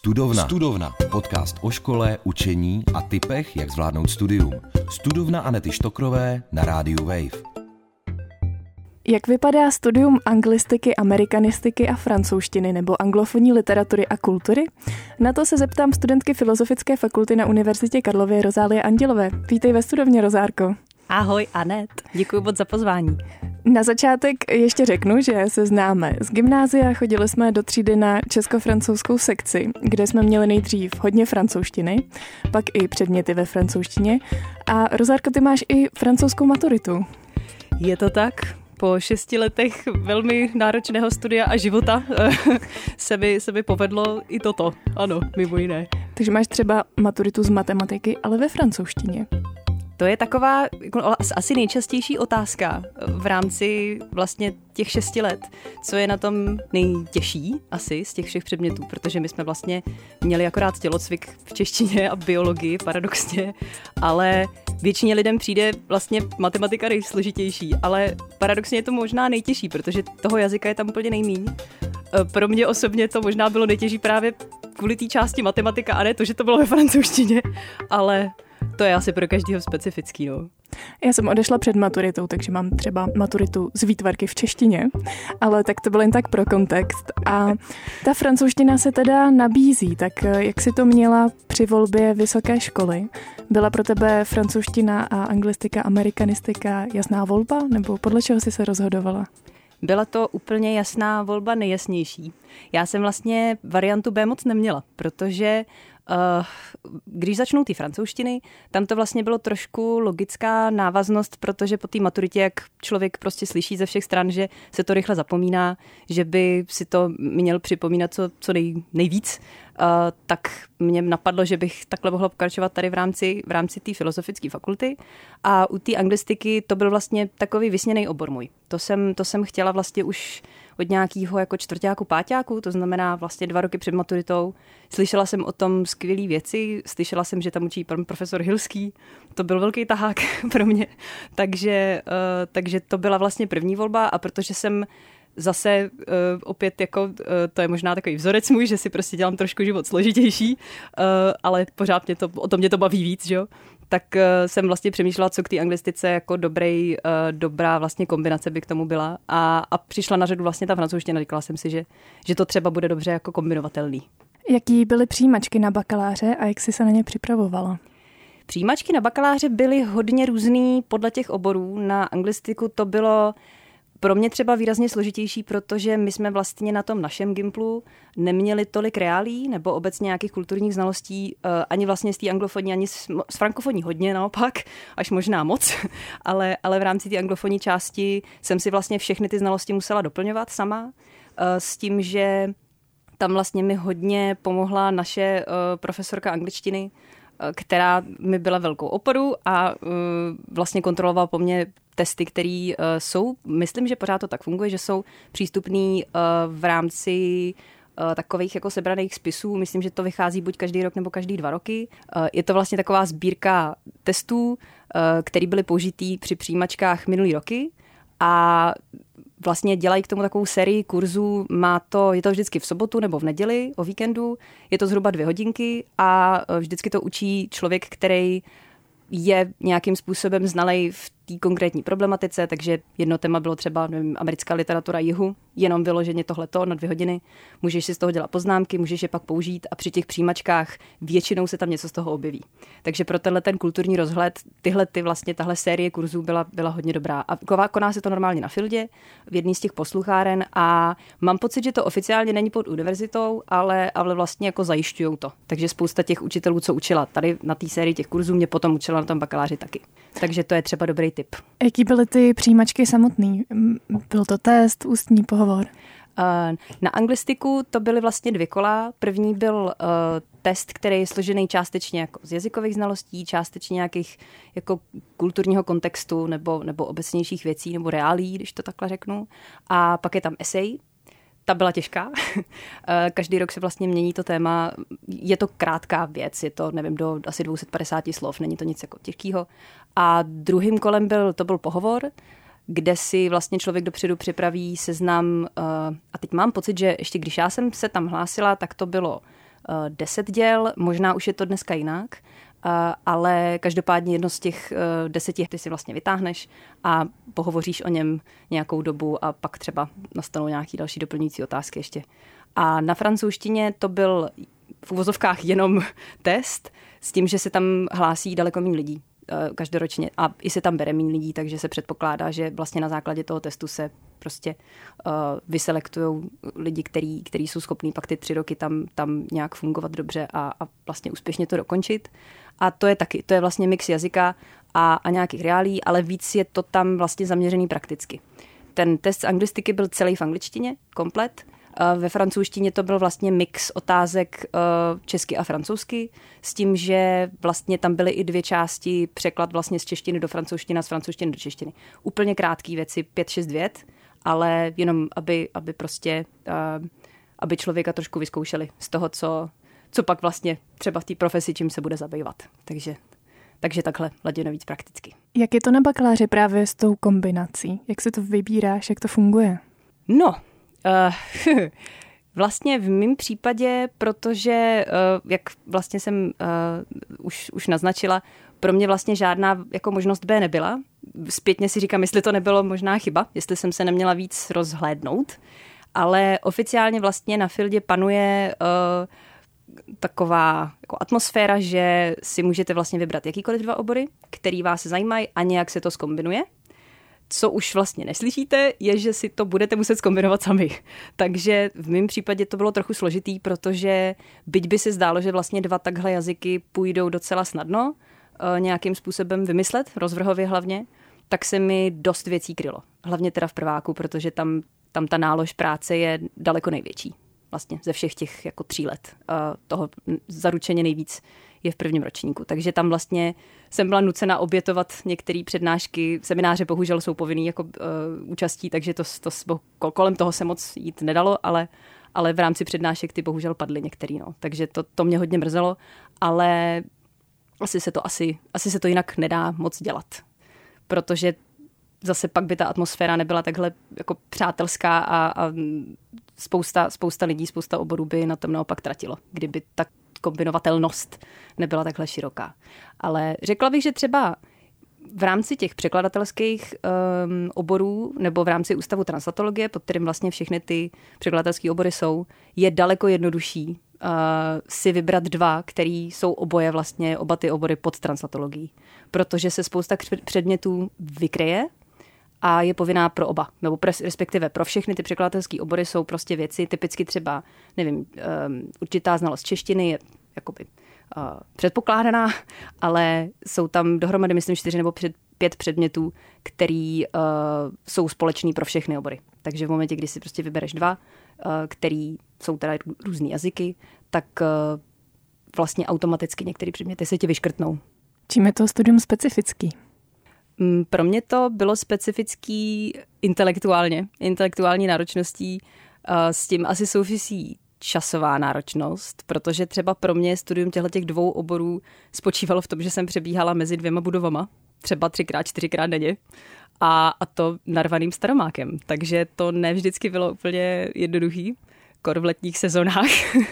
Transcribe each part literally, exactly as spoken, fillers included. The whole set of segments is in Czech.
Studovna. Studovna. Podcast o škole, učení a tipech, jak zvládnout studium. Studovna Anety Štokrové na rádiu Wave. Jak vypadá studium anglistiky, amerikanistiky a francouzštiny nebo anglofonní literatury a kultury? Na to se zeptám studentky Filozofické fakulty na Univerzitě Karlově Rozálie Andělové. Vítej ve studovně, Rozárko. Ahoj, Anet. Děkuji moc za pozvání. Na začátek ještě řeknu, že se známe z gymnázia, chodili jsme do třídy na česko-francouzskou sekci, kde jsme měli nejdřív hodně francouzštiny, pak i předměty ve francouzštině. A Rozárko, ty máš i francouzskou maturitu. Je to tak? Po šesti letech velmi náročného studia a života se mi, se mi povedlo i toto. Ano, mimo jiné. Takže máš třeba maturitu z matematiky, ale ve francouzštině. To je taková jako, asi nejčastější otázka v rámci vlastně těch šesti let, co je na tom nejtěžší asi z těch všech předmětů, protože my jsme vlastně měli akorát tělocvik v češtině a biologii, paradoxně, ale většině lidem přijde vlastně matematika nejsložitější, ale paradoxně je to možná nejtěžší, protože toho jazyka je tam úplně nejmíň. Pro mě osobně to možná bylo nejtěžší právě kvůli té části matematika a ne to, že to bylo ve francouzštině, ale to je asi pro každého specifický, no. Já jsem odešla před maturitou, takže mám třeba maturitu z výtvarky v češtině, ale tak to bylo jen tak pro kontext. A ta francouzština se teda nabízí, tak jak jsi to měla při volbě vysoké školy? Byla pro tebe francouzština a anglistika, amerikanistika jasná volba, nebo podle čeho jsi se rozhodovala? Byla to úplně jasná volba, nejjasnější. Já jsem vlastně variantu B moc neměla, protože Uh, když začnou ty francouzštiny, tam to vlastně bylo trošku logická návaznost, protože po té maturitě, jak člověk prostě slyší ze všech stran, že se to rychle zapomíná, že by si to měl připomínat co, co nej, nejvíc, uh, tak mě napadlo, že bych takhle mohla pokračovat tady v rámci, v rámci té filozofické fakulty. A u té anglistiky to byl vlastně takový vysněný obor můj. To jsem, to jsem chtěla vlastně už od nějakého jako čtvrťáku, páťáku, to znamená vlastně dva roky před maturitou. Slyšela jsem o tom skvělý věci, slyšela jsem, že tam učí pan profesor Hilský, to byl velký tahák pro mě, takže, uh, takže to byla vlastně první volba a protože jsem zase uh, opět jako, uh, to je možná takový vzorec můj, že si prostě dělám trošku život složitější, uh, ale pořád mě to, o tom mě to baví víc, že jo? Tak uh, jsem vlastně přemýšlela, co k té anglistice jako dobrý, uh, dobrá vlastně kombinace by k tomu byla a, a přišla na řadu vlastně ta francouzština, říkala jsem si, že, že to třeba bude dobře jako kombinovatelný. Jaký byly přijímačky na bakaláře a jak jsi se na ně připravovala? Přijímačky na bakaláře byly hodně různý podle těch oborů. Na anglistiku to bylo pro mě třeba výrazně složitější, protože my jsme vlastně na tom našem gimplu neměli tolik reálí nebo obecně nějakých kulturních znalostí, ani vlastně z té anglofonní, ani z frankofonní hodně naopak, až možná moc, ale, ale v rámci té anglofonní části jsem si vlastně všechny ty znalosti musela doplňovat sama, s tím, že tam vlastně mi hodně pomohla naše profesorka angličtiny, která mi byla velkou oporu a vlastně kontrolovala po mně testy, které uh, jsou, myslím, že pořád to tak funguje, že jsou přístupný uh, v rámci uh, takových jako sebraných spisů. Myslím, že to vychází buď každý rok nebo každý dva roky. Uh, je to vlastně taková sbírka testů, uh, které byly použitý při přijímačkách minulý roky a vlastně dělají k tomu takovou sérii kurzů. Má to, je to vždycky v sobotu nebo v neděli, o víkendu. Je to zhruba dvě hodinky a vždycky to učí člověk, který je nějakým způsobem znalej v té konkrétní problematice, takže jedno téma bylo třeba nevím, americká literatura jihu, jenom vyloženě tohleto na dvě hodiny. Můžeš si z toho dělat poznámky, můžeš je pak použít a při těch přijímačkách většinou se tam něco z toho objeví. Takže pro tenhle ten kulturní rozhled, tyhle ty vlastně, tahle série kurzů byla, byla hodně dobrá. A koná se to normálně na Fieldě, v jedné z těch poslucháren a mám pocit, že to oficiálně není pod univerzitou, ale, ale vlastně jako zajišťujou to. Takže spousta těch učitelů, co učila tady na té sérii těch kurzů, mě potom učila na tom bakaláři taky. Takže to je třeba dobrý tip. Jaký byly ty přijímačky samotný? Byl to test, ústní pohovor? Na anglistiku to byly vlastně dvě kola. První byl uh, test, který je složený částečně jako z jazykových znalostí, částečně nějakých jako kulturního kontextu nebo, nebo obecnějších věcí nebo reálí, když to takhle řeknu. A pak je tam esej. Ta byla těžká. Každý rok se vlastně mění to téma. Je to krátká věc, je to, nevím, do asi dvě stě padesát slov, není to nic jako těžkého. A druhým kolem byl, to byl pohovor, kde si vlastně člověk dopředu připraví seznam. A teď mám pocit, že ještě když já jsem se tam hlásila, tak to bylo deset děl, možná už je to dneska jinak, ale každopádně jedno z těch deseti ty si vlastně vytáhneš a pohovoříš o něm nějakou dobu a pak třeba nastanou nějaké další doplňující otázky ještě. A na francouzštině to byl v uvozovkách jenom test s tím, že se tam hlásí daleko méně lidí každoročně a i se tam bere méně lidí, takže se předpokládá, že vlastně na základě toho testu se prostě uh, vyselektují lidi, který, který jsou schopní pak ty tři roky tam, tam nějak fungovat dobře a, a vlastně úspěšně to dokončit. A to je taky, to je vlastně mix jazyka a, a nějakých reálí, ale víc je to tam vlastně zaměřený prakticky. Ten test z anglistiky byl celý v angličtině, komplet. Ve francouzštině to byl vlastně mix otázek česky a francouzsky, s tím, že vlastně tam byly i dvě části, překlad vlastně z češtiny do francouzštiny a z francouzštiny do češtiny. Úplně krátké věci, pět, šest vět, ale jenom, aby, aby prostě, aby člověka trošku vyzkoušeli z toho, co, co pak vlastně třeba v té profesi, čím se bude zabývat. Takže, takže takhle laděno víc prakticky. Jak je to na bakaláři právě s tou kombinací? Jak se to vybíráš, jak to funguje? No, Uh, vlastně v mém případě, protože, uh, jak vlastně jsem uh, už, už naznačila, pro mě vlastně žádná jako možnost B nebyla. Zpětně si říkám, jestli to nebylo možná chyba, jestli jsem se neměla víc rozhlédnout, ale oficiálně vlastně na Fieldě panuje uh, taková jako atmosféra, že si můžete vlastně vybrat jakýkoliv dva obory, který vás zajímají a nějak se to zkombinuje. Co už vlastně neslyšíte, je, že si to budete muset zkombinovat sami. Takže v mém případě to bylo trochu složitý, protože byť by se zdálo, že vlastně dva takhle jazyky půjdou docela snadno, nějakým způsobem vymyslet, rozvrhově hlavně, tak se mi dost věcí krylo. Hlavně teda v prváku, protože tam, tam ta nálož práce je daleko největší. Vlastně ze všech těch jako tří let. Toho zaručeně nejvíc je v prvním ročníku. Takže tam vlastně jsem byla nucena obětovat některé přednášky. Semináře bohužel jsou povinný jako uh, účastí, takže to, to, kolem toho se moc jít nedalo, ale, ale v rámci přednášek ty bohužel padly některý. No. Takže to, to mě hodně mrzelo, ale asi se to asi, asi se to jinak nedá moc dělat. Protože zase pak by ta atmosféra nebyla takhle jako přátelská a, a spousta, spousta lidí, spousta oborů by na tom naopak tratilo, kdyby ta kombinovatelnost nebyla takhle široká. Ale řekla bych, že třeba v rámci těch překladatelských um, oborů nebo v rámci Ústavu translatologie, pod kterým vlastně všechny ty překladatelské obory jsou, je daleko jednodušší uh, si vybrat dva, který jsou oboje vlastně, oba ty obory pod translatologií. Protože se spousta předmětů vykryje a je povinná pro oba, nebo respektive pro všechny ty překladatelské obory jsou prostě věci, typicky třeba, nevím, um, určitá znalost češtiny je jakoby uh, předpokládaná, ale jsou tam dohromady, myslím, čtyři nebo před, pět předmětů, který uh, jsou společný pro všechny obory. Takže v momentě, kdy si prostě vybereš dva, uh, který jsou teda různý jazyky, tak uh, vlastně automaticky některé předměty se ti vyškrtnou. Čím je to studium specifický? Pro mě to bylo specifický intelektuálně, intelektuální náročností. S tím asi souvisí časová náročnost, protože třeba pro mě studium těchto dvou oborů spočívalo v tom, že jsem přebíhala mezi dvěma budovama, třeba třikrát, čtyřikrát denně a, a to narvaným staromákem. Takže to ne vždycky bylo úplně jednoduchý, kor v letních sezónách,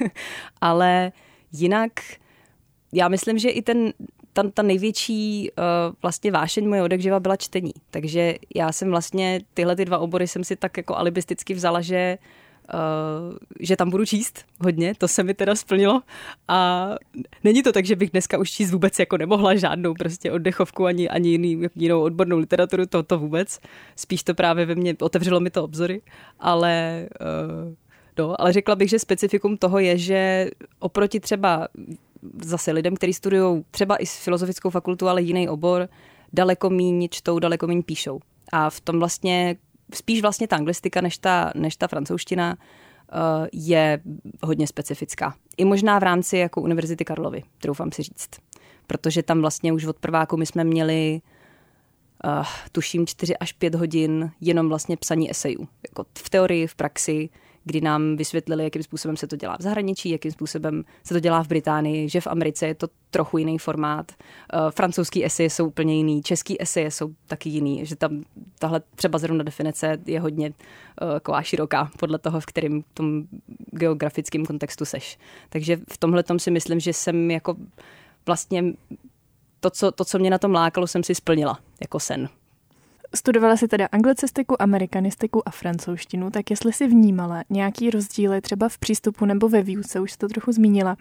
ale jinak já myslím, že i ten Ta, ta největší uh, vlastně vášeň moje odekživa byla čtení. Takže já jsem vlastně tyhle ty dva obory jsem si tak jako alibisticky vzala, že, uh, že tam budu číst hodně. To se mi teda splnilo. A není to tak, že bych dneska už číst vůbec jako nemohla žádnou prostě oddechovku ani, ani jiný, jinou odbornou literaturu, to, to vůbec. Spíš to právě ve mně, otevřelo mi to obzory. Ale, uh, no, ale řekla bych, že specifikum toho je, že oproti třeba zase lidem, kteří studují třeba i filozofickou fakultu, ale jiný obor, daleko míň čtou, daleko míň píšou. A v tom vlastně, spíš vlastně ta anglistika než ta, než ta francouzština uh, je hodně specifická. I možná v rámci jako Univerzity Karlovy, troufám si říct. Protože tam vlastně už od prváku my jsme měli uh, tuším čtyři až pět hodin jenom vlastně psaní esejů. Jako v teorii, v praxi, kdy nám vysvětlili, jakým způsobem se to dělá v zahraničí, jakým způsobem se to dělá v Británii, že v Americe je to trochu jiný formát. Francouzský eseje jsou úplně jiný, český eseje jsou taky jiný, že tam tahle třeba zrovna definice je hodně taková široká podle toho, v kterém tom geografickém kontextu seš. Takže v tomhle tom si myslím, že jsem jako vlastně to co, to, co mě na tom lákalo, jsem si splnila jako sen. Studovala si teda anglicistiku, amerikanistiku a francouzštinu, tak jestli si vnímala nějaký rozdíly třeba v přístupu nebo ve výuce, už jsi to trochu zmínila,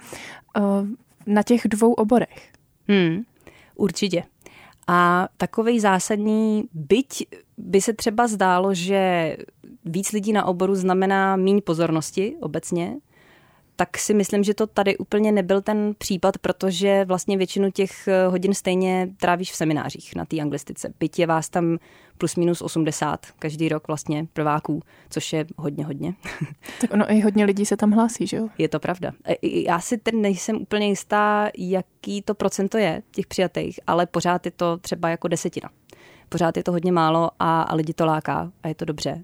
na těch dvou oborech? Hmm, určitě. A takovej zásadní, byť by se třeba zdálo, že víc lidí na oboru znamená míň pozornosti obecně, tak si myslím, že to tady úplně nebyl ten případ, protože vlastně většinu těch hodin stejně trávíš v seminářích na té anglistice. Byť je vás tam plus minus osmdesát každý rok vlastně prváků, což je hodně, hodně. Tak ono i hodně lidí se tam hlásí, že jo? Je to pravda. Já si teď nejsem úplně jistá, jaký to procento je těch přijatých, ale pořád je to třeba jako desetina. Pořád je to hodně málo a, a lidi to láká a je to dobře.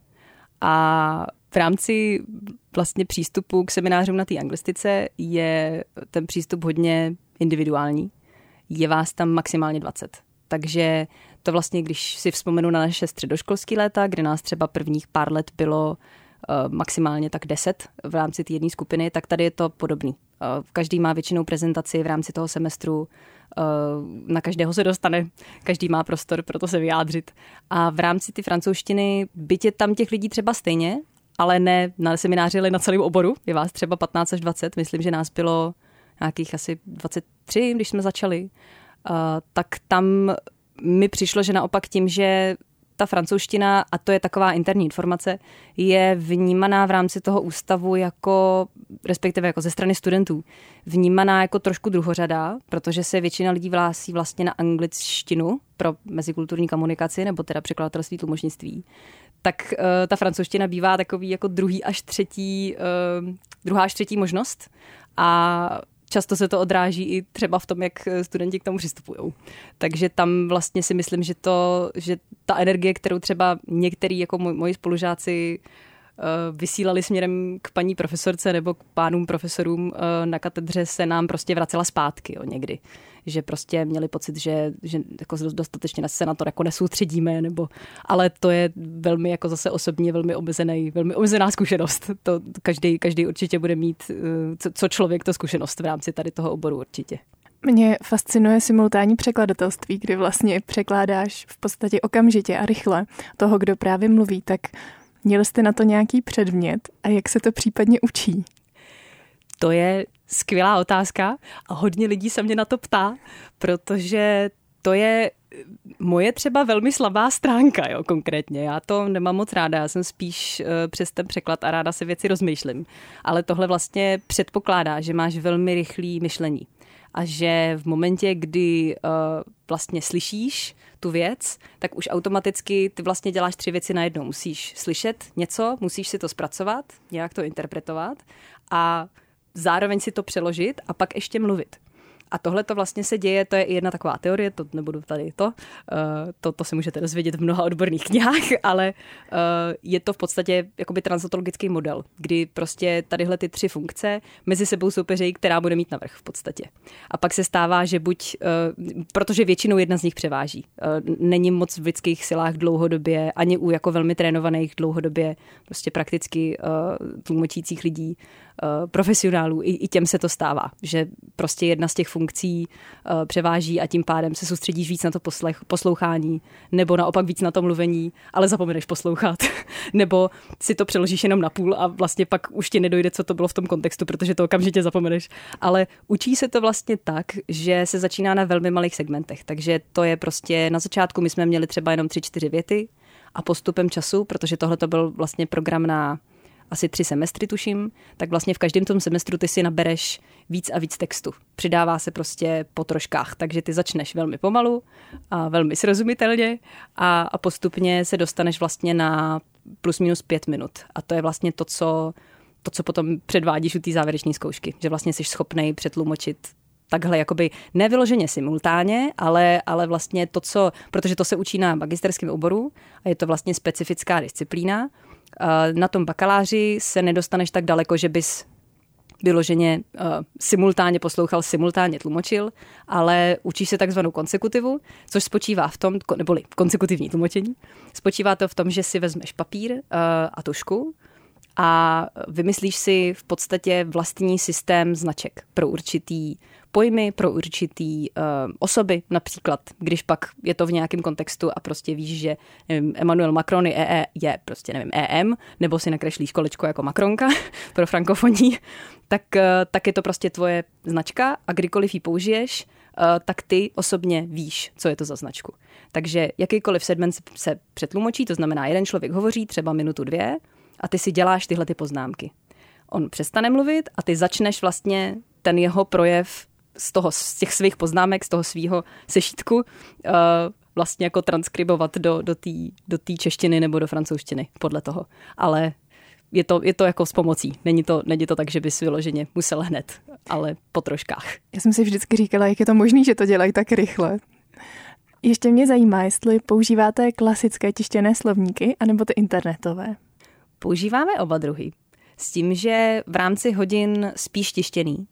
A v rámci vlastně přístupu k seminářům na té anglistice je ten přístup hodně individuální. Je vás tam maximálně dvacet. Takže to vlastně, když si vzpomenu na naše středoškolské léta, kde nás třeba prvních pár let bylo uh, maximálně tak deset v rámci té jedné skupiny, tak tady je to podobný. Uh, každý má většinou prezentaci v rámci toho semestru, uh, na každého se dostane, každý má prostor pro to se vyjádřit. A v rámci ty francouzštiny, byť je tam těch lidí třeba stejně, ale ne na semináři, ale na celém oboru. Je vás třeba patnáct až dvacet, myslím, že nás bylo nějakých asi dvacet tři, když jsme začali. Uh, tak tam mi přišlo, že naopak tím, že ta francouzština, a to je taková interní informace, je vnímaná v rámci toho ústavu jako, respektive jako ze strany studentů, vnímaná jako trošku druhořadá, protože se většina lidí hlásí vlastně na angličtinu pro mezikulturní komunikaci, nebo teda překladatelství, tlumočnictví. Tak uh, ta francouzština bývá takový jako druhý až třetí, uh, druhá až třetí možnost a často se to odráží i třeba v tom, jak studenti k tomu přistupují. Takže tam vlastně si myslím, že, to, že ta energie, kterou třeba některý jako moj, moji spolužáci uh, vysílali směrem k paní profesorce nebo k pánům profesorům uh, na katedře, se nám prostě vracela zpátky jo, někdy. Že prostě měli pocit, že, že jako dostatečně se na to jako nesoustředíme, nebo, ale to je velmi jako zase osobně velmi omezený, velmi omezená zkušenost. To každý, každý určitě bude mít, co, co člověk, to zkušenost v rámci tady toho oboru určitě. Mě fascinuje simultánní překladatelství, kdy vlastně překládáš v podstatě okamžitě a rychle toho, kdo právě mluví. Tak měl jste na to nějaký předmět a jak se to případně učí? To je skvělá otázka a hodně lidí se mě na to ptá, protože to je moje třeba velmi slabá stránka, jo, konkrétně. Já to nemám moc ráda, já jsem spíš uh, přes ten překlad a ráda si věci rozmýšlím. Ale tohle vlastně předpokládá, že máš velmi rychlé myšlení. A že v momentě, kdy uh, vlastně slyšíš tu věc, tak už automaticky ty vlastně děláš tři věci najednou. Musíš slyšet něco, musíš si to zpracovat, nějak to interpretovat a zároveň si to přeložit a pak ještě mluvit. A tohle to vlastně se děje, to je i jedna taková teorie, to nebudu tady to, uh, to, to si můžete dozvědět v mnoha odborných knihách, ale uh, je to v podstatě jakoby translatologický model, kdy prostě tadyhle ty tři funkce mezi sebou soupeřejí, která bude mít navrch v podstatě. A pak se stává, že buď, uh, protože většinou jedna z nich převáží, uh, není moc v lidských silách dlouhodobě, ani u jako velmi trénovaných dlouhodobě prostě prakticky uh, tlumočících lidí, uh, profesionálů, i, i těm se to stává, že prostě jedna z těch funkcí uh, převáží a tím pádem se soustředíš víc na to poslech, poslouchání, nebo naopak víc na to mluvení, ale zapomeneš poslouchat. Nebo si to přeložíš jenom na půl a vlastně pak už ti nedojde, co to bylo v tom kontextu, protože to okamžitě zapomeneš. Ale učí se to vlastně tak, že se začíná na velmi malých segmentech. Takže to je prostě na začátku my jsme měli třeba jenom tři, čtyři věty a postupem času, protože tohle to byl vlastně program na asi tři semestry, tuším, tak vlastně v každém tom semestru ty si nabereš víc a víc textu. Přidává se prostě po troškách, takže ty začneš velmi pomalu a velmi srozumitelně a, a postupně se dostaneš vlastně na plus minus pět minut. A to je vlastně to, co, to, co potom předvádíš u té závěrečné zkoušky, že vlastně jsi schopnej přetlumočit takhle jakoby nevyloženě simultánně, ale, ale vlastně to, co, protože to se učí na magisterském oboru a je to vlastně specifická disciplína, Na tom bakaláři se nedostaneš tak daleko, že bys vyloženě uh, simultánně poslouchal, simultánně tlumočil, ale učíš se takzvanou konsekutivu, což spočívá v tom, neboli konsekutivní tlumočení, spočívá to v tom, že si vezmeš papír uh, a tužku a vymyslíš si v podstatě vlastní systém značek pro určitý pojmy, pro určitý uh, osoby, například, když pak je to v nějakém kontextu a prostě víš, že nevím, Emmanuel Macron je, E E, je prostě nevím, E M, nebo si nakreslíš kolečko jako Macronka pro frankofoní, tak, uh, tak je to prostě tvoje značka a kdykoliv ji použiješ, uh, tak ty osobně víš, co je to za značku. Takže jakýkoliv segment se přetlumočí, to znamená, jeden člověk hovoří třeba minutu, dvě a ty si děláš tyhle ty poznámky. On přestane mluvit a ty začneš vlastně ten jeho projev z toho, z těch svých poznámek, z toho svýho sešítku uh, vlastně jako transkribovat do, do té do té češtiny nebo do francouzštiny podle toho. Ale je to, je to jako s pomocí. Není to, není to tak, že bys vyloženě musel hned, ale po troškách. Já jsem si vždycky říkala, jak je to možné, že to dělají tak rychle. Ještě mě zajímá, jestli používáte klasické tištěné slovníky anebo ty internetové. Používáme oba druhy. S tím, že v rámci hodin spíš tištěný,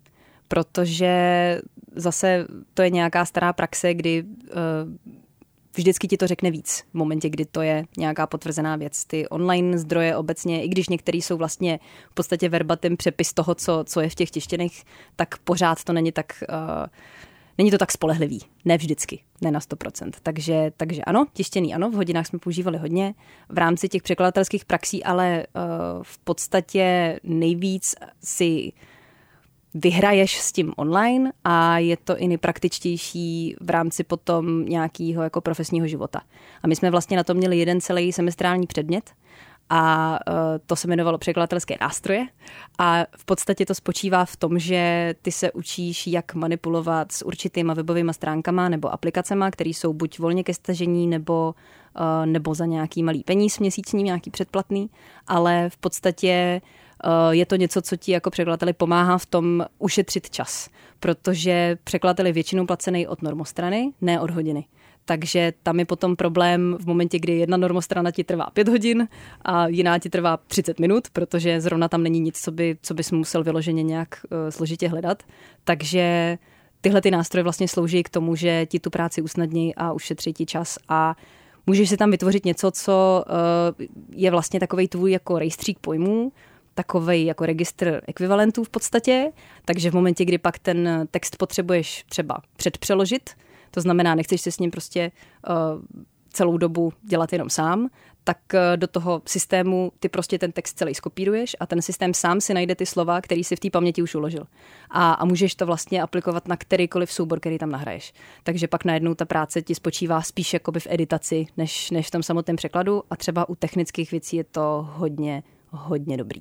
protože zase to je nějaká stará praxe, kdy uh, vždycky ti to řekne víc v momentě, kdy to je nějaká potvrzená věc. Ty online zdroje obecně, i když některý jsou vlastně v podstatě verbatim přepis toho, co, co je v těch tištěných, tak pořád to není tak, uh, není to tak spolehlivý. Ne vždycky, ne na sto procent. Takže, takže ano, tištěný ano, v hodinách jsme používali hodně. V rámci těch překladatelských praxí, ale uh, v podstatě nejvíc si vyhraješ s tím online a je to i nejpraktičtější v rámci potom nějakého jako profesního života. A my jsme vlastně na to měli jeden celý semestrální předmět a to se jmenovalo překladatelské nástroje a v podstatě to spočívá v tom, že ty se učíš, jak manipulovat s určitýma webovými stránkama nebo aplikacema, které jsou buď volně ke stažení nebo, nebo za nějaký malý peníz měsíční, nějaký předplatný, ale v podstatě je to něco, co ti jako překladateli pomáhá v tom ušetřit čas, protože překladatel je většinou placený od normostrany, ne od hodiny. Takže tam je potom problém v momentě, kdy jedna normostrana ti trvá pět hodin a jiná ti trvá třicet minut, protože zrovna tam není nic, co, by, co bys musel vyloženě nějak uh, složitě hledat. Takže tyhle ty nástroje vlastně slouží k tomu, že ti tu práci usnadní a ušetří ti čas a můžeš si tam vytvořit něco, co uh, je vlastně takovej tvůj jako rejstřík pojmů, takovej jako registr ekvivalentů v podstatě, takže v momentě, kdy pak ten text potřebuješ třeba předpřeložit, to znamená, nechceš si s ním prostě uh, celou dobu dělat jenom sám, tak uh, do toho systému ty prostě ten text celý skopíruješ a ten systém sám si najde ty slova, který si v té paměti už uložil. A, a můžeš to vlastně aplikovat na kterýkoliv soubor, který tam nahraješ. Takže pak najednou ta práce ti spočívá spíš jakoby v editaci, než, než v tom samotném překladu a třeba u technických věcí je to hodně hodně dobrý.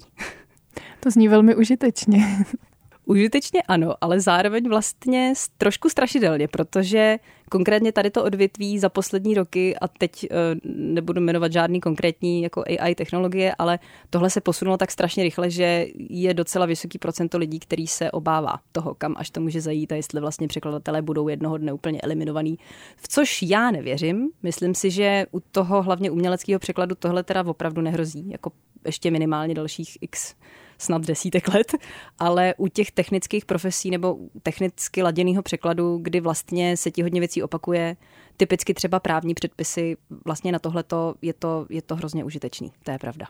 To zní velmi užitečně. Užitečně ano, ale zároveň vlastně trošku strašidelně, protože konkrétně tady to odvětví za poslední roky, a teď nebudu jmenovat žádný konkrétní jako A I technologie, ale tohle se posunulo tak strašně rychle, že je docela vysoký procento lidí, který se obává toho, kam až to může zajít a jestli vlastně překladatelé budou jednoho dne úplně eliminovaný. V což já nevěřím. Myslím si, že u toho hlavně uměleckého překladu tohle teda opravdu nehrozí, jako ještě minimálně dalších x snad desítek let, ale u těch technických profesí nebo technicky laděného překladu, kdy vlastně se ti hodně věcí opakuje, typicky třeba právní předpisy, vlastně na tohleto je to, je to hrozně užitečný, to je pravda.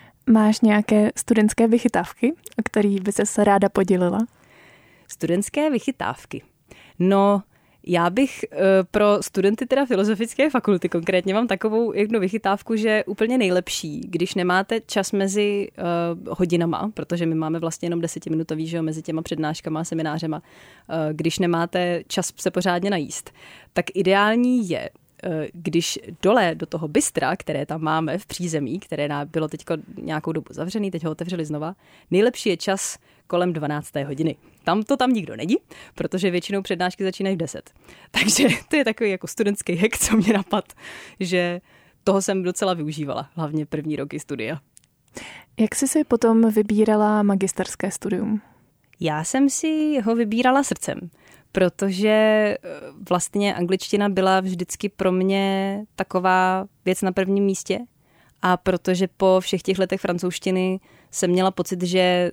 Máš nějaké studentské vychytávky, o kterých by se ráda podělila? Studentské vychytávky? No, já bych pro studenty teda filozofické fakulty konkrétně mám takovou jednu vychytávku, že úplně nejlepší, když nemáte čas mezi uh, hodinama, protože my máme vlastně jenom desetiminutový, že jo, mezi těma přednáškama a seminářema, uh, když nemáte čas se pořádně najíst, tak ideální je, uh, když dole do toho bystra, které tam máme v přízemí, které bylo teď nějakou dobu zavřený, teď ho otevřeli znova, nejlepší je čas kolem dvanácté hodiny. Tam to tam nikdo není, protože většinou přednášky začínají v deset. Takže to je takový jako studentský hack, co mě napad, že toho jsem docela využívala, hlavně první roky studia. Jak jsi si potom vybírala magisterské studium? Já jsem si ho vybírala srdcem, protože vlastně angličtina byla vždycky pro mě taková věc na prvním místě a protože po všech těch letech francouzštiny jsem měla pocit, že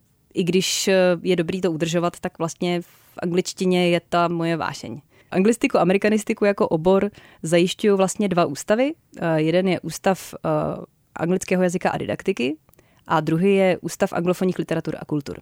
i když je dobrý to udržovat, tak vlastně v angličtině je ta moje vášeň. Anglistiku, amerikanistiku jako obor zajišťují vlastně dva ústavy. Jeden je ústav anglického jazyka a didaktiky a druhý je ústav anglofonních literatur a kultur.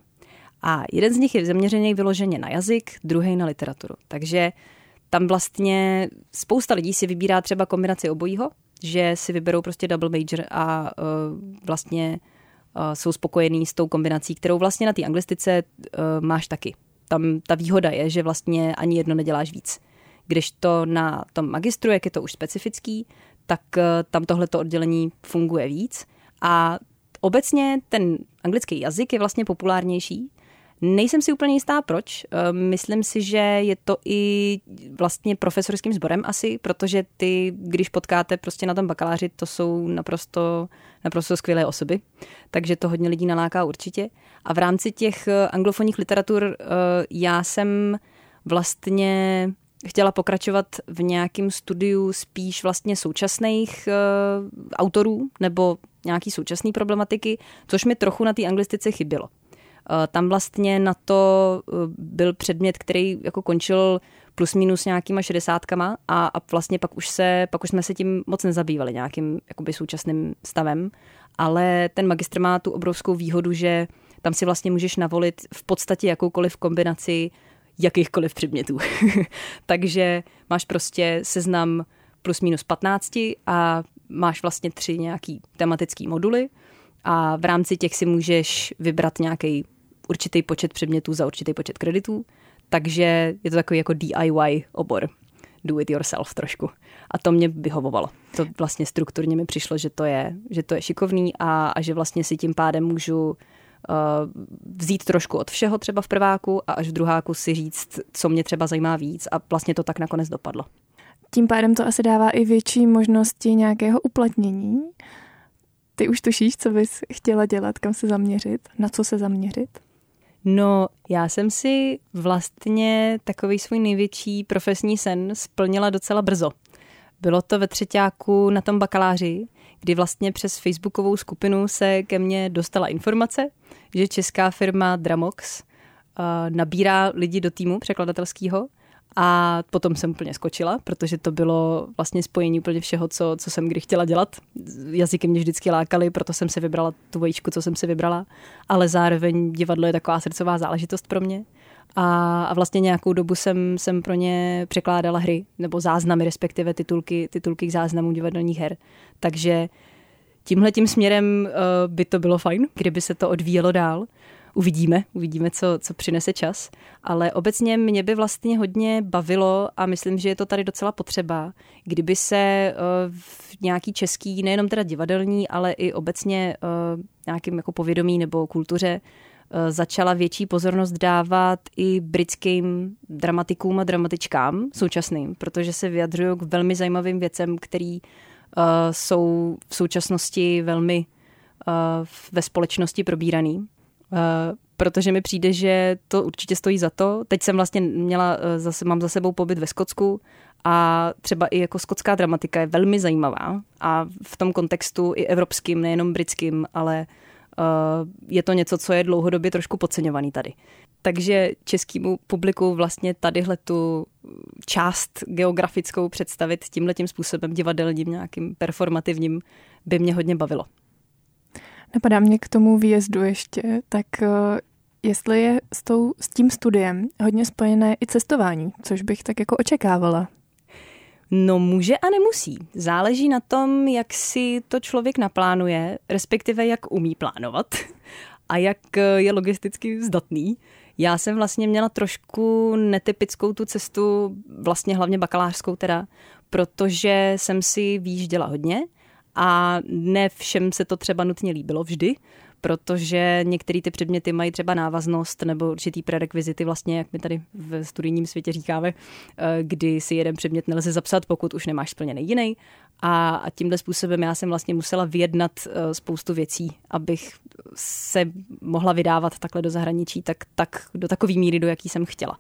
A jeden z nich je zaměřený vyloženě na jazyk, druhý na literaturu. Takže tam vlastně spousta lidí si vybírá třeba kombinaci obojího, že si vyberou prostě double major a uh, vlastně uh, jsou spokojení s tou kombinací, kterou vlastně na té anglistice uh, máš taky. Tam ta výhoda je, že vlastně ani jedno neděláš víc. Když to na tom magistru, jak je to už specifický, tak uh, tam tohleto oddělení funguje víc. A obecně ten anglický jazyk je vlastně populárnější. Nejsem si úplně jistá, proč. Myslím si, že je to i vlastně profesorským sborem asi, protože ty, když potkáte prostě na tom bakaláři, to jsou naprosto, naprosto skvělé osoby, takže to hodně lidí naláká určitě. A v rámci těch anglofonních literatur já jsem vlastně chtěla pokračovat v nějakém studiu spíš vlastně současných autorů nebo nějaký současné problematiky, což mi trochu na té anglistice chybělo. Tam vlastně na to byl předmět, který jako končil plus minus nějakýma šedesátkama a, a vlastně pak už, se, pak už jsme se tím moc nezabývali nějakým jakoby současným stavem, ale ten magistr má tu obrovskou výhodu, že tam si vlastně můžeš navolit v podstatě jakoukoliv kombinaci jakýchkoliv předmětů. Takže máš prostě seznam plus minus patnácti a máš vlastně tři nějaký tematický moduly a v rámci těch si můžeš vybrat nějaký určitý počet předmětů za určitý počet kreditů, takže je to takový jako D I Y obor, do it yourself trošku. A to mě vyhovovalo. To vlastně strukturně mi přišlo, že to je, že to je šikovný a, a že vlastně si tím pádem můžu uh, vzít trošku od všeho třeba v prváku a až v druháku si říct, co mě třeba zajímá víc a vlastně to tak nakonec dopadlo. Tím pádem to asi dává i větší možnosti nějakého uplatnění. Ty už tušíš, co bys chtěla dělat, kam se zaměřit, na co se zaměřit? No, já jsem si vlastně takový svůj největší profesní sen splnila docela brzo. Bylo to ve třeťáku na tom bakaláři, kdy vlastně přes facebookovou skupinu se ke mně dostala informace, že česká firma Dramox uh, nabírá lidi do týmu překladatelského. A potom jsem úplně skočila, protože to bylo vlastně spojení úplně všeho, co, co jsem kdy chtěla dělat. Jazyky mě vždycky lákaly, proto jsem si vybrala tu vajíčku, co jsem si vybrala. Ale zároveň divadlo je taková srdcová záležitost pro mě. A, a vlastně nějakou dobu jsem, jsem pro ně překládala hry, nebo záznamy, respektive titulky, titulky k záznamům divadelních her. Takže tímhletím směrem uh, by to bylo fajn, kdyby se to odvíjelo dál. Uvidíme, uvidíme, co, co přinese čas, ale obecně mě by vlastně hodně bavilo a myslím, že je to tady docela potřeba, kdyby se v nějaký český, nejenom teda divadelní, ale i obecně nějakým jako povědomí nebo kultuře začala větší pozornost dávat i britským dramatikům a dramatičkám současným, protože se vyjadřují k velmi zajímavým věcem, který jsou v současnosti velmi ve společnosti probíraný. Uh, protože mi přijde, že to určitě stojí za to. Teď jsem vlastně měla, uh, zase, mám za sebou pobyt ve Skotsku a třeba i jako skotská dramatika je velmi zajímavá a v tom kontextu i evropským, nejenom britským, ale uh, je to něco, co je dlouhodobě trošku podceňovaný tady. Takže českému publiku vlastně tadyhle tu část geografickou představit tímhletím způsobem divadelním, nějakým performativním, by mě hodně bavilo. Napadá mě k tomu výjezdu ještě, tak jestli je s, tou, s tím studiem hodně spojené i cestování, což bych tak jako očekávala. No může a nemusí. Záleží na tom, jak si to člověk naplánuje, respektive jak umí plánovat a jak je logisticky zdatný. Já jsem vlastně měla trošku netypickou tu cestu, vlastně hlavně bakalářskou teda, protože jsem si výjížděla hodně. A ne všem se to třeba nutně líbilo vždy, protože některé ty předměty mají třeba návaznost nebo určitý prerekvizity vlastně, jak my tady v studijním světě říkáme, kdy si jeden předmět nelze zapsat, pokud už nemáš splněný jiný. A, a tímhle způsobem já jsem vlastně musela vyjednat spoustu věcí, abych se mohla vydávat takhle do zahraničí, tak, tak do takové míry, do jaký jsem chtěla.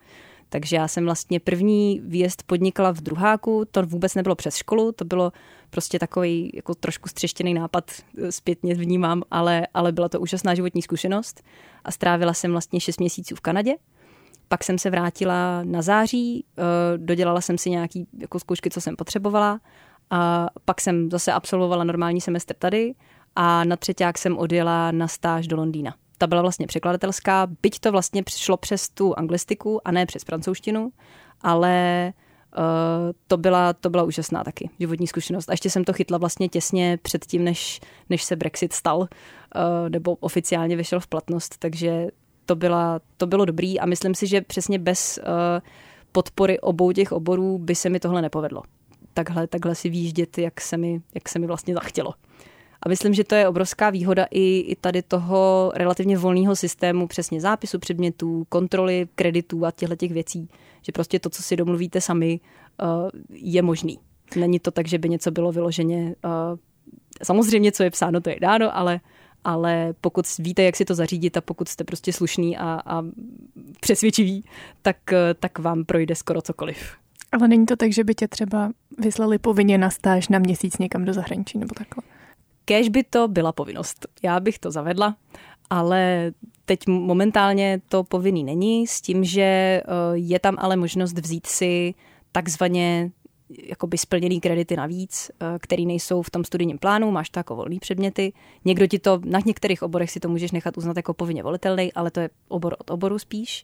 Takže já jsem vlastně první výjezd podnikala v druháku, to vůbec nebylo přes školu, to bylo prostě takový jako trošku střeštěný nápad, zpětně vnímám, ale, ale byla to úžasná životní zkušenost a strávila jsem vlastně šest měsíců v Kanadě. Pak jsem se vrátila na září, dodělala jsem si nějaký jako zkoušky, co jsem potřebovala a pak jsem zase absolvovala normální semestr tady a na třeťák jsem odjela na stáž do Londýna. Ta byla vlastně překladatelská, byť to vlastně přišlo přes tu anglistiku a ne přes francouzštinu, ale uh, to, byla, to byla úžasná taky životní zkušenost. A ještě jsem to chytla vlastně těsně před tím, než, než se Brexit stal, uh, nebo oficiálně vyšel v platnost, takže to, byla, to bylo dobrý a myslím si, že přesně bez uh, podpory obou těch oborů by se mi tohle nepovedlo. Takhle, takhle si výjíždět, jak se mi, jak se mi vlastně zachtělo. A myslím, že to je obrovská výhoda i, i tady toho relativně volného systému přesně zápisu předmětů, kontroly, kreditů a těchto těch věcí, že prostě to, co si domluvíte sami, uh, je možný. Není to tak, že by něco bylo vyloženě, uh, samozřejmě, co je psáno, to je dáno, ale, ale pokud víte, jak si to zařídit a pokud jste prostě slušný a, a přesvědčivý, tak, tak vám projde skoro cokoliv. Ale není to tak, že by tě třeba vyslali povinně na stáž na měsíc někam do zahraničí nebo takhle? Kéž by to byla povinnost. Já bych to zavedla, ale teď momentálně to povinný není, s tím, že je tam ale možnost vzít si takzvaně jakoby splněný kredity navíc, který nejsou v tom studijním plánu, máš to jako volný předměty. Někdo ti to, na některých oborech si to můžeš nechat uznat jako povinně volitelný, ale to je obor od oboru spíš.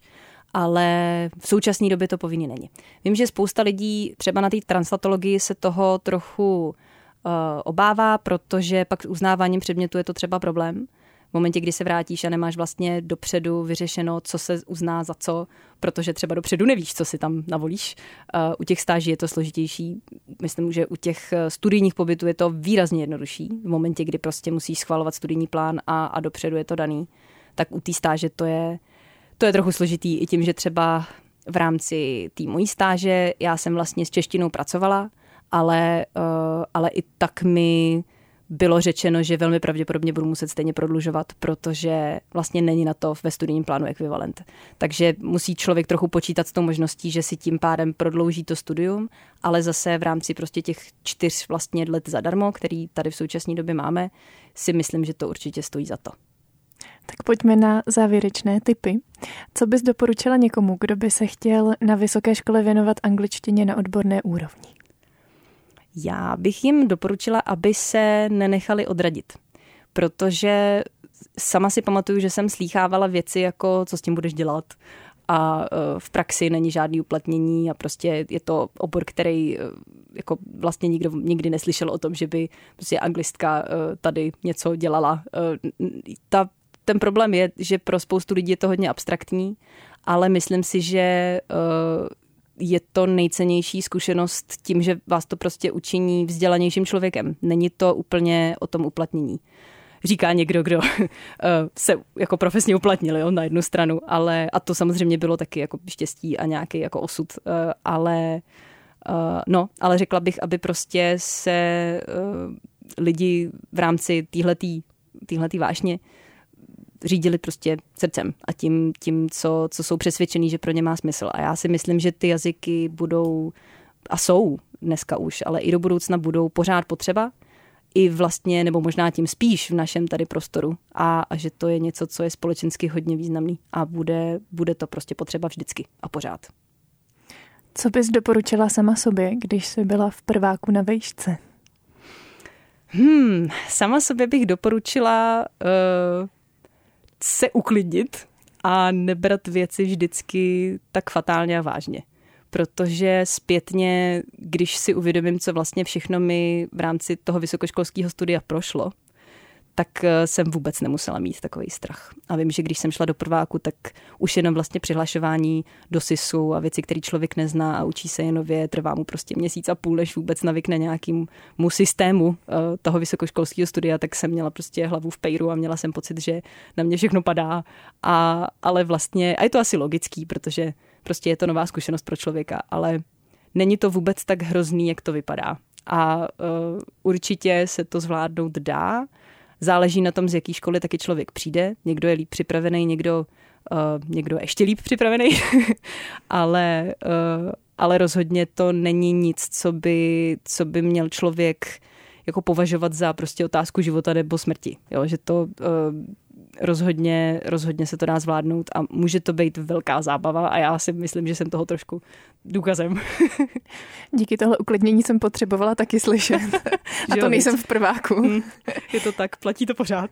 Ale v současné době to povinný není. Vím, že spousta lidí třeba na té translatologii se toho trochu uh, obává, protože pak s uznáváním předmětu je to třeba problém. V momentě, kdy se vrátíš a nemáš vlastně dopředu vyřešeno, co se uzná za co, protože třeba dopředu nevíš, co si tam navolíš. Uh, u těch stáží je to složitější. Myslím, že u těch studijních pobytů je to výrazně jednodušší. V momentě, kdy prostě musíš schvalovat studijní plán a, a dopředu je to daný, tak u té stáže to je To je trochu složitý i tím, že třeba v rámci té mojí stáže já jsem vlastně s češtinou pracovala, ale, uh, ale i tak mi bylo řečeno, že velmi pravděpodobně budu muset stejně prodlužovat, protože vlastně není na to ve studijním plánu ekvivalent. Takže musí člověk trochu počítat s tou možností, že si tím pádem prodlouží to studium, ale zase v rámci prostě těch čtyř vlastně let zadarmo, který tady v současné době máme, si myslím, že to určitě stojí za to. Tak pojďme na závěrečné tipy. Co bys doporučila někomu, kdo by se chtěl na vysoké škole věnovat angličtině na odborné úrovni? Já bych jim doporučila, aby se nenechali odradit, protože sama si pamatuju, že jsem slýchávala věci jako, co s tím budeš dělat a v praxi není žádný uplatnění a prostě je to obor, který jako vlastně nikdo nikdy neslyšel o tom, že by prostě anglistka tady něco dělala. Ta Ten problém je, že pro spoustu lidí je to hodně abstraktní, ale myslím si, že je to nejcennější zkušenost tím, že vás to prostě učiní vzdělanějším člověkem. Není to úplně o tom uplatnění. Říká někdo, kdo se jako profesně uplatnil, jo, na jednu stranu, ale a to samozřejmě bylo taky jako štěstí a nějaký jako osud, ale no, ale řekla bych, aby prostě se lidi v rámci téhletý, téhletý vášně řídili prostě srdcem a tím, tím co, co jsou přesvědčený, že pro ně má smysl. A já si myslím, že ty jazyky budou, a jsou dneska už, ale i do budoucna budou pořád potřeba, i vlastně, nebo možná tím spíš v našem tady prostoru. A, a že to je něco, co je společensky hodně významný a bude, bude to prostě potřeba vždycky a pořád. Co bys doporučila sama sobě, když jsi byla v prváku na vejšce? Hmm, sama sobě bych doporučila uh, se uklidnit a nebrat věci vždycky tak fatálně a vážně. Protože zpětně, když si uvědomím, co vlastně všechno mi v rámci toho vysokoškolského studia prošlo, tak jsem vůbec nemusela mít takový strach. A vím, že když jsem šla do prváku, tak už jenom vlastně přihlašování do sisu a věci, které člověk nezná a učí se je nově, trvá mu prostě měsíc a půl, než vůbec navykne nějakému systému toho vysokoškolského studia, tak jsem měla prostě hlavu v pejru a měla jsem pocit, že na mě všechno padá. A, ale vlastně, a je to asi logický, protože prostě je to nová zkušenost pro člověka, ale není to vůbec tak hrozný, jak to vypadá. A uh, určitě se to zvládnout dá. Záleží na tom, z jaký školy taky člověk přijde. Někdo je líp připravený, někdo někdo ještě líp připravený, ale, uh, ale rozhodně to není nic, co by, co by měl člověk jako považovat za prostě otázku života nebo smrti. Jo? Že to uh, rozhodně, rozhodně se to dá zvládnout a může to být velká zábava a já si myslím, že jsem toho trošku důkazem. Díky tohle uklidnění jsem potřebovala taky slyšet. A to nejsem v prváku. Hmm, je to tak, platí to pořád.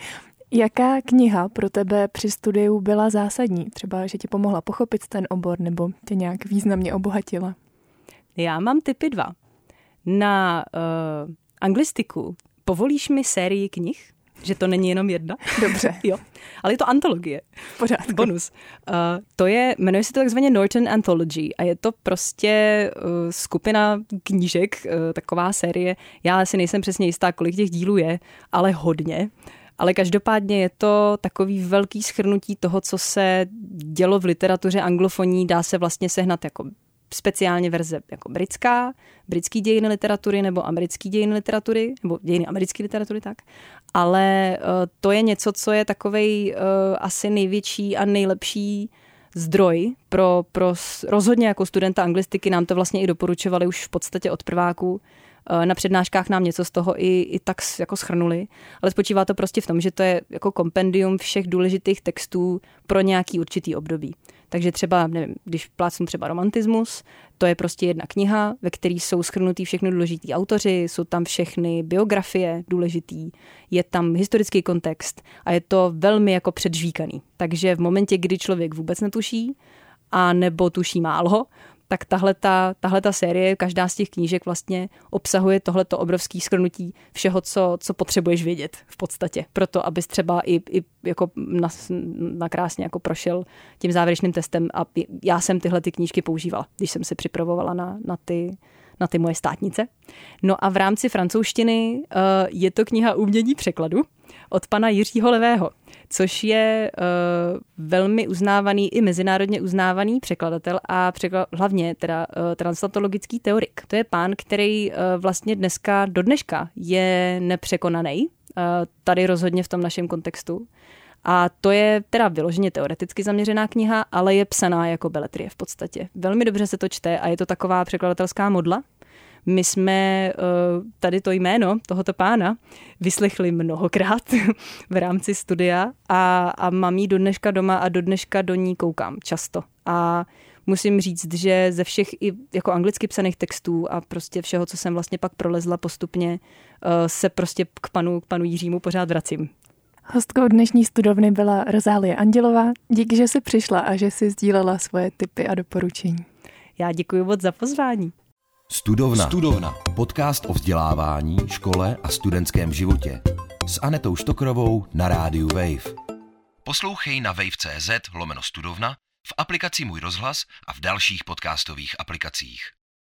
Jaká kniha pro tebe při studiu byla zásadní? Třeba, že ti pomohla pochopit ten obor nebo tě nějak významně obohatila? Já mám tipy dva. Na uh, anglistiku povolíš mi sérii knih? Že to není jenom jedna? Dobře. Jo. Ale je to antologie. Pořádku. Bonus. Uh, to je, jmenuje se to takzvaně Norton Anthology a je to prostě uh, skupina knížek, uh, taková série. Já si nejsem přesně jistá, kolik těch dílů je, ale hodně. Ale každopádně je to takový velký shrnutí toho, co se dělo v literatuře anglofonní, dá se vlastně sehnat jako speciálně verze jako britská, britský dějiny literatury nebo americký dějiny literatury, nebo dějiny americké literatury, tak. Ale uh, to je něco, co je takovej uh, asi největší a nejlepší zdroj pro, pro rozhodně jako studenta anglistiky. Nám to vlastně i doporučovali už v podstatě od prváku. Uh, na přednáškách nám něco z toho i, i tak jako shrnuli, ale spočívá to prostě v tom, že to je jako kompendium všech důležitých textů pro nějaký určitý období. Takže třeba, nevím, když plácnu třeba romantismus, to je prostě jedna kniha, ve které jsou shrnutý všechny důležitý autoři, jsou tam všechny biografie důležitý, je tam historický kontext a je to velmi jako předžvíkaný. Takže v momentě, kdy člověk vůbec netuší, a nebo tuší málo, tak tahleta, tahleta série, každá z těch knížek vlastně obsahuje tohleto obrovský shrnutí všeho, co, co potřebuješ vědět v podstatě. Proto, abys třeba i, i jako na, na krásně jako prošel tím závěrečným testem a já jsem tyhle ty knížky používala, když jsem se připravovala na, na, ty, na ty moje státnice. No a v rámci francouzštiny uh, je to kniha Umění překladu od pana Jiřího Levého, což je uh, velmi uznávaný i mezinárodně uznávaný překladatel a překlad, hlavně teda uh, translatologický teorik. To je pán, který uh, vlastně dneska, do dneška je nepřekonaný, uh, tady rozhodně v tom našem kontextu. A to je teda vyloženě teoreticky zaměřená kniha, ale je psaná jako beletrie v podstatě. Velmi dobře se to čte a je to taková překladatelská modla. My jsme uh, tady to jméno tohoto pána vyslechli mnohokrát v rámci studia a, a mám ji do dneška doma a do dneška do ní koukám často. A musím říct, že ze všech i jako anglicky psaných textů a prostě všeho, co jsem vlastně pak prolezla postupně, uh, se prostě k panu, k panu Jiřímu pořád vracím. Hostkou dnešní studovny byla Rozálie Andělová. Díky, že jsi přišla a že jsi sdílela svoje tipy a doporučení. Já děkuji moc za pozvání. Studovna. Studovna. Podcast o vzdělávání, škole a studentském životě. S Anetou Štokrovou na rádiu Wave. Poslouchej na wave.cz lomeno studovna, v aplikaci Můj rozhlas a v dalších podcastových aplikacích.